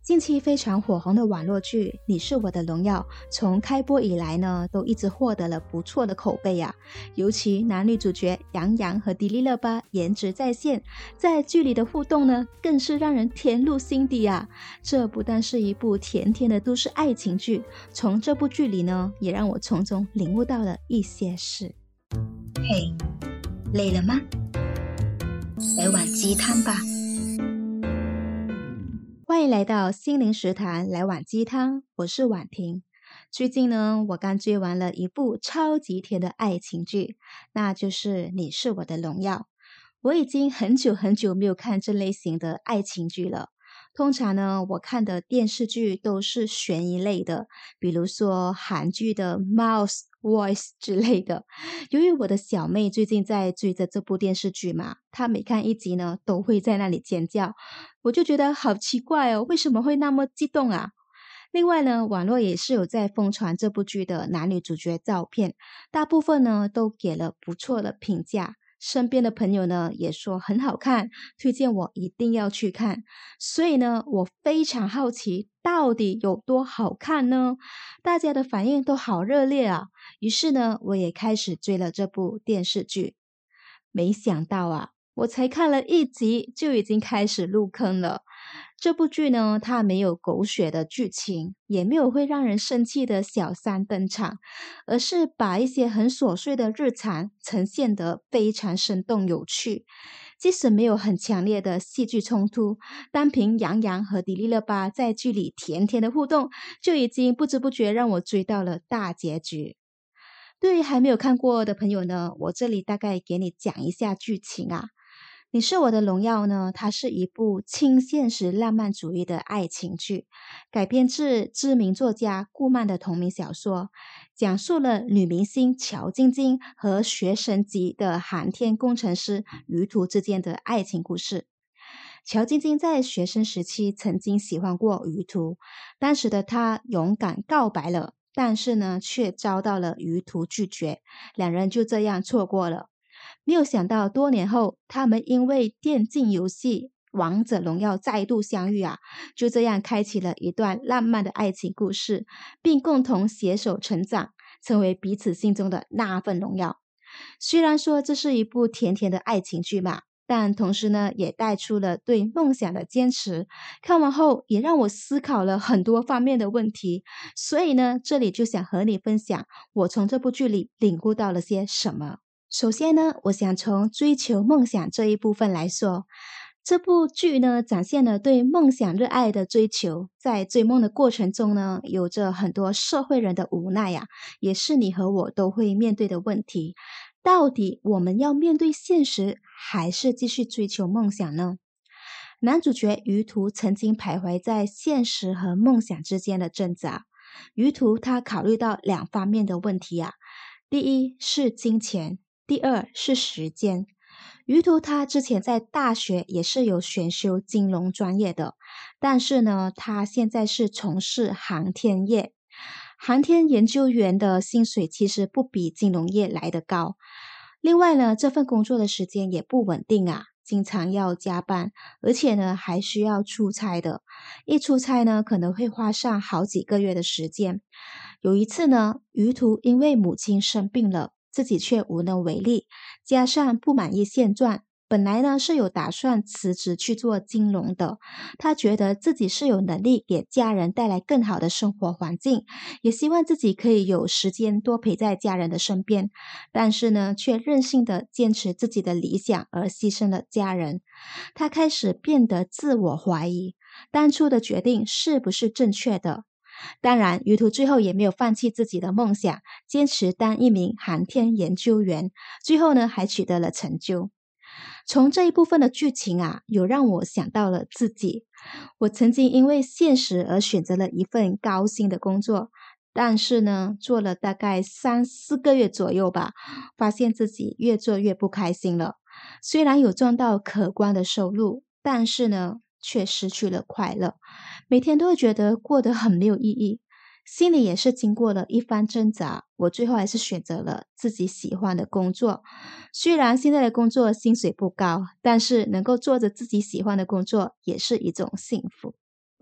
近期非常火红的网络剧《你是我的荣耀》，从开播以来呢，都一直获得了不错的口碑啊。尤其男女主角杨洋和迪丽热巴颜值在线，在剧里的互动呢，更是让人甜入心底啊。这不但是一部甜甜的都市爱情剧，从这部剧里呢，也让我从中领悟到了一些事。 嘿，累了吗？来碗鸡汤吧。 欢迎来到心灵食堂，来碗鸡汤，我是婉婷。最近呢，我刚追完了一部超级甜的爱情剧，那就是《你是我的荣耀》。我已经很久没有看这类型的爱情剧了。通常呢，我看的电视剧都是悬疑类的，比如说韩剧的《Mouse Voice》之类的。由于我的小妹最近在追着这部电视剧嘛，她每看一集呢，都会在那里尖叫，我就觉得好奇怪哦，为什么会那么激动啊？另外呢，网络也是有在疯传这部剧的男女主角照片，大部分呢都给了不错的评价。身边的朋友呢也说很好看，推荐我一定要去看。所以呢，我非常好奇，到底有多好看呢？大家的反应都好热烈啊！于是呢，我也开始追了这部电视剧。没想到啊，我才看了一集就已经开始入坑了。这部剧呢，它没有狗血的剧情，也没有会让人生气的小三登场，而是把一些很琐碎的日常呈现得非常生动有趣。即使没有很强烈的戏剧冲突，单凭杨洋和迪丽热巴在剧里甜甜的互动，就已经不知不觉让我追到了大结局。对于还没有看过的朋友呢，我这里大概给你讲一下剧情啊。你是我的荣耀呢，它是一部轻现实浪漫主义的爱情剧，改编自知名作家顾漫的同名小说，讲述了女明星乔晶晶和学神级的航天工程师于途之间的爱情故事。乔晶晶在学生时期曾经喜欢过于途，当时的她勇敢告白了，但是呢，却遭到了于途拒绝，两人就这样错过了。没有想到多年后，他们因为电竞游戏《王者荣耀》再度相遇啊，就这样开启了一段浪漫的爱情故事，并共同携手成长，成为彼此心中的那份荣耀。虽然说这是一部甜甜的爱情剧嘛，但同时呢，也带出了对梦想的坚持。看完后，也让我思考了很多方面的问题。所以呢，这里就想和你分享，我从这部剧里领悟到了些什么。首先呢，我想从追求梦想这一部分来说，这部剧呢展现了对梦想热爱的追求，在追梦的过程中呢，有着很多社会人的无奈呀，也是你和我都会面对的问题。到底我们要面对现实，还是继续追求梦想呢？男主角于途曾经徘徊在现实和梦想之间的挣扎。于途他考虑到两方面的问题啊，第一是金钱，第二是时间。于途他之前在大学也是有选修金融专业的，但是呢，他现在是从事航天业。航天研究员的薪水其实不比金融业来得高。另外呢，这份工作的时间也不稳定啊，经常要加班，而且呢还需要出差的。一出差呢，可能会花上好几个月的时间。有一次呢，于途因为母亲生病了，自己却无能为力，加上不满意现状，本来呢是有打算辞职去做金融的。他觉得自己是有能力给家人带来更好的生活环境，也希望自己可以有时间多陪在家人的身边，但是呢，却任性的坚持自己的理想而牺牲了家人。他开始变得自我怀疑，当初的决定是不是正确的？当然，于途最后也没有放弃自己的梦想，坚持当一名航天研究员，最后呢还取得了成就。从这一部分的剧情啊，有让我想到了自己。我曾经因为现实而选择了一份高薪的工作，但是呢，做了大概3、4个月左右吧，发现自己越做越不开心了。虽然有赚到可观的收入，但是呢，却失去了快乐，每天都会觉得过得很没有意义。心里也是经过了一番挣扎，我最后还是选择了自己喜欢的工作。虽然现在的工作薪水不高，但是能够做着自己喜欢的工作也是一种幸福。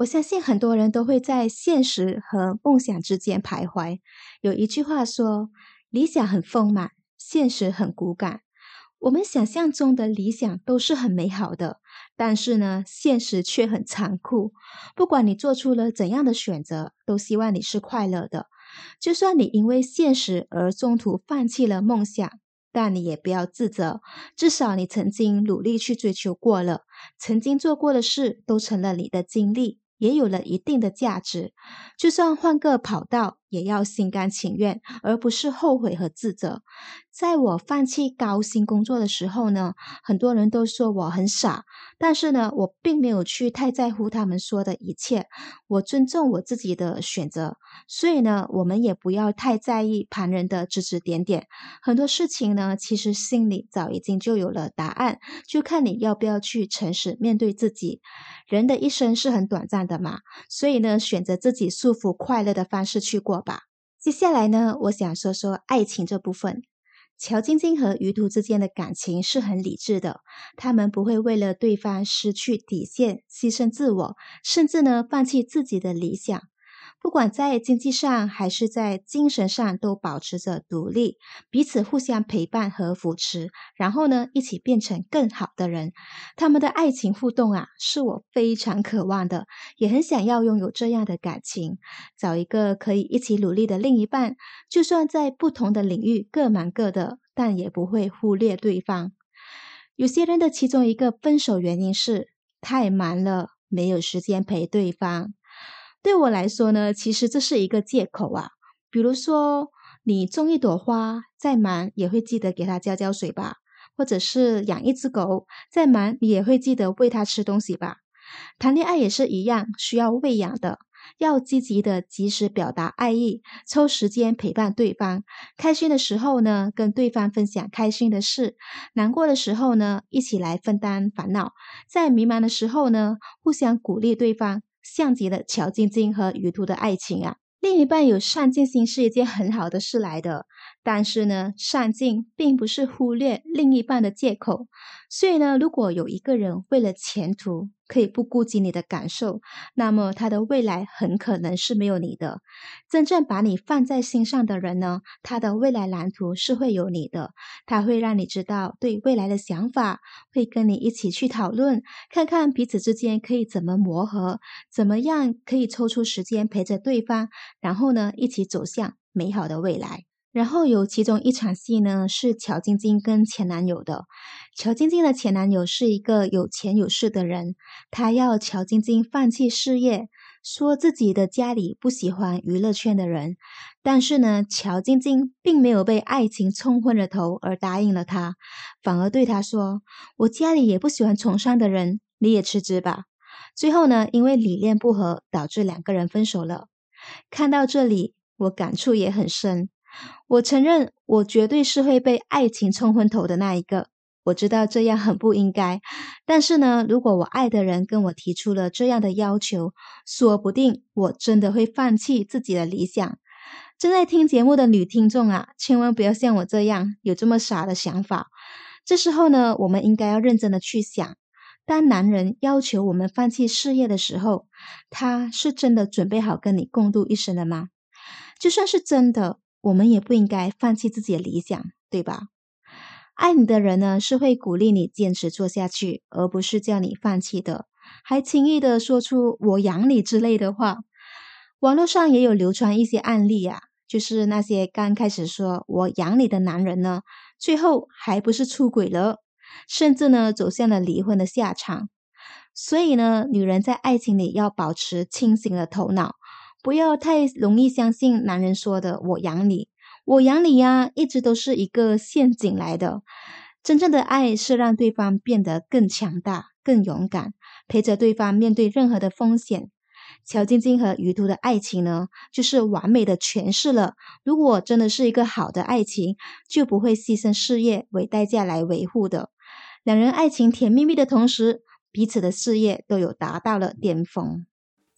我相信很多人都会在现实和梦想之间徘徊。有一句话说，理想很丰满，现实很骨感。我们想象中的理想都是很美好的，但是呢，现实却很残酷。不管你做出了怎样的选择，都希望你是快乐的。就算你因为现实而中途放弃了梦想，但你也不要自责，至少你曾经努力去追求过了，曾经做过的事都成了你的经历，也有了一定的价值。就算换个跑道，也要心甘情愿，而不是后悔和自责。在我放弃高薪工作的时候呢，很多人都说我很傻，但是呢，我并没有去太在乎他们说的一切，我尊重我自己的选择。所以呢，我们也不要太在意旁人的指指点点。很多事情呢，其实心里早已经就有了答案，就看你要不要去诚实面对自己。人的一生是很短暂的嘛，所以呢，选择自己舒服快乐的方式去过吧。接下来呢，我想说说爱情这部分。乔晶晶和于途之间的感情是很理智的，他们不会为了对方失去底线、牺牲自我，甚至呢放弃自己的理想。不管在经济上还是在精神上，都保持着独立，彼此互相陪伴和扶持，然后呢，一起变成更好的人。他们的爱情互动啊，是我非常渴望的，也很想要拥有这样的感情，找一个可以一起努力的另一半，就算在不同的领域各忙各的，但也不会忽略对方。有些人的其中一个分手原因是太忙了，没有时间陪对方。对我来说呢，其实这是一个借口啊。比如说，你种一朵花，再忙也会记得给它浇浇水吧；或者是养一只狗，再忙你也会记得喂它吃东西吧。谈恋爱也是一样，需要喂养的，要积极的及时表达爱意，抽时间陪伴对方。开心的时候呢，跟对方分享开心的事；难过的时候呢，一起来分担烦恼。在迷茫的时候呢，互相鼓励对方。像极了乔晶晶和于途的爱情啊。另一半有上进心是一件很好的事来的，但是呢，上进并不是忽略另一半的借口。所以呢，如果有一个人为了前途可以不顾及你的感受，那么他的未来很可能是没有你的。真正把你放在心上的人呢，他的未来蓝图是会有你的，他会让你知道对未来的想法，会跟你一起去讨论，看看彼此之间可以怎么磨合，怎么样可以抽出时间陪着对方，然后呢，一起走向美好的未来。然后有其中一场戏呢，是乔晶晶跟前男友的。乔晶晶的前男友是一个有钱有势的人，他要乔晶晶放弃事业，说自己的家里不喜欢娱乐圈的人。但是呢，乔晶晶并没有被爱情冲昏了头而答应了他，反而对他说：我家里也不喜欢崇尚的人，你也辞职吧。最后呢，因为理念不合，导致两个人分手了。看到这里，我感触也很深。我承认，我绝对是会被爱情冲昏头的那一个。我知道这样很不应该，但是呢，如果我爱的人跟我提出了这样的要求，说不定我真的会放弃自己的理想。正在听节目的女听众啊，千万不要像我这样有这么傻的想法。这时候呢，我们应该要认真的去想，当男人要求我们放弃事业的时候，他是真的准备好跟你共度一生了吗？就算是真的，我们也不应该放弃自己的理想，对吧？爱你的人呢，是会鼓励你坚持做下去，而不是叫你放弃的，还轻易的说出“我养你”之类的话。网络上也有流传一些案例啊，就是那些刚开始说“我养你”的男人呢，最后还不是出轨了，甚至呢走向了离婚的下场。所以呢，女人在爱情里要保持清醒的头脑，不要太容易相信男人说的“我养你”。我养你呀，一直都是一个陷阱来的。真正的爱是让对方变得更强大、更勇敢，陪着对方面对任何的风险。乔晶晶和于途的爱情呢，就是完美的诠释了，如果真的是一个好的爱情，就不会牺牲事业为代价来维护的。两人爱情甜蜜蜜的同时，彼此的事业都有达到了巅峰。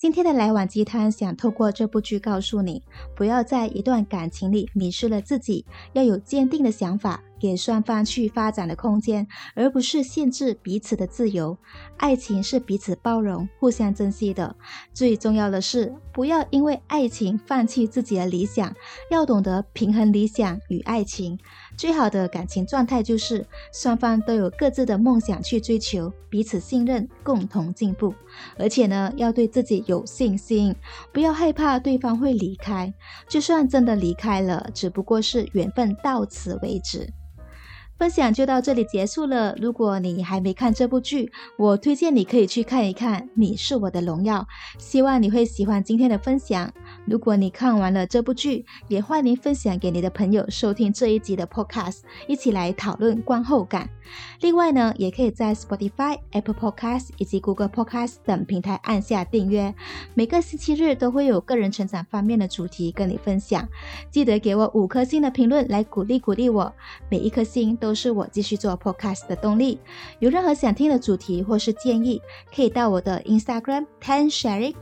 今天的来碗鸡汤想透过这部剧告诉你，不要在一段感情里迷失了自己，要有坚定的想法，给双方去发展的空间，而不是限制彼此的自由。爱情是彼此包容、互相珍惜的。最重要的是，不要因为爱情放弃自己的理想，要懂得平衡理想与爱情。最好的感情状态就是双方都有各自的梦想去追求，彼此信任，共同进步。而且呢，要对自己有信心，不要害怕对方会离开，就算真的离开了，只不过是缘分到此为止。分享就到这里结束了。如果你还没看这部剧，我推荐你可以去看一看《你是我的荣耀》，希望你会喜欢今天的分享。如果你看完了这部剧，也欢迎分享给你的朋友收听这一集的 podcast， 一起来讨论观后感。另外呢，也可以在 Spotify、Apple Podcast 以及 Google Podcast 等平台按下订阅。每个星期日都会有个人成长方面的主题跟你分享，记得给我5颗星的评论来鼓励我，每一颗星都是我继续做 podcast 的动力。有任何想听的主题或是建议，可以到我的 Instagram Tansharing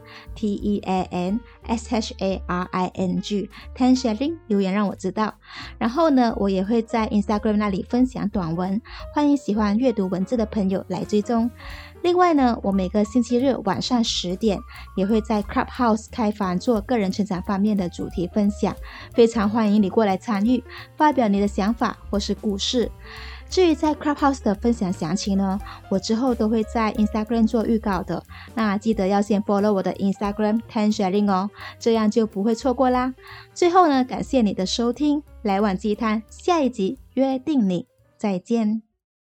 TENSHARING Tansharing 留言让我知道。然后呢，我也会在 Instagram 那里分享短文，欢迎喜欢阅读文字的朋友来追踪。另外呢，我每个星期日晚上10点也会在 Clubhouse 开房做个人成长方面的主题分享，非常欢迎你过来参与，发表你的想法或是故事。至于在 Clubhouse 的分享详情呢，我之后都会在 Instagram 做预告的，那记得要先 follow 我的 Instagram Tansharing 哦，这样就不会错过啦。最后呢，感谢你的收听，来碗鸡汤，下一集约定你，再见。